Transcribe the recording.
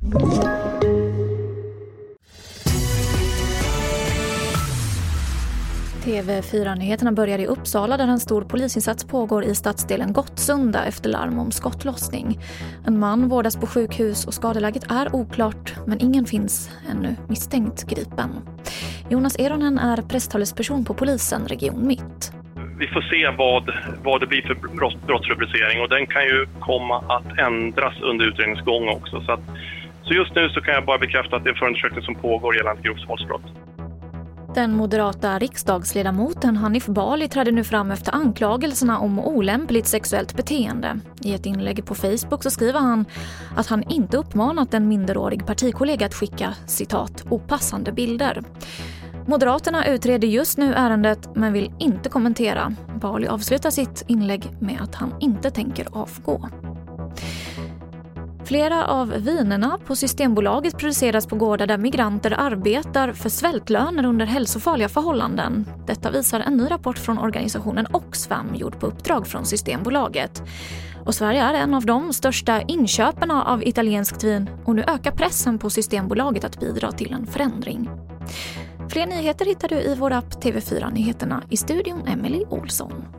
TV4-nyheterna börjar i Uppsala där en stor polisinsats pågår i stadsdelen Gottsunda efter larm om skottlossning. En man vårdas på sjukhus och skadeläget är oklart, men ingen finns ännu misstänkt gripen. Jonas Eronen är presstalesperson på polisen Region Mitt. Vi får se vad det blir för brottsrubricering, och den kan ju komma att ändras under utredningsgång också. Så just nu så kan jag bara bekräfta att det är en förundersökning som pågår gällande grovt våldsbrott. Den moderata riksdagsledamoten Hanif Bali trädde nu fram efter anklagelserna om olämpligt sexuellt beteende. I ett inlägg på Facebook så skriver han att han inte uppmanat en minderårig partikollega att skicka, citat, opassande bilder. Moderaterna utreder just nu ärendet men vill inte kommentera. Bali avslutar sitt inlägg med att han inte tänker avgå. Flera av vinerna på Systembolaget produceras på gårdar där migranter arbetar för svältlöner under hälsofarliga förhållanden. Detta visar en ny rapport från organisationen Oxfam gjord på uppdrag från Systembolaget. Och Sverige är en av de största inköparna av italienskt vin och nu ökar pressen på Systembolaget att bidra till en förändring. Fler nyheter hittar du i vår app TV4 Nyheterna. I studion Emily Olsson.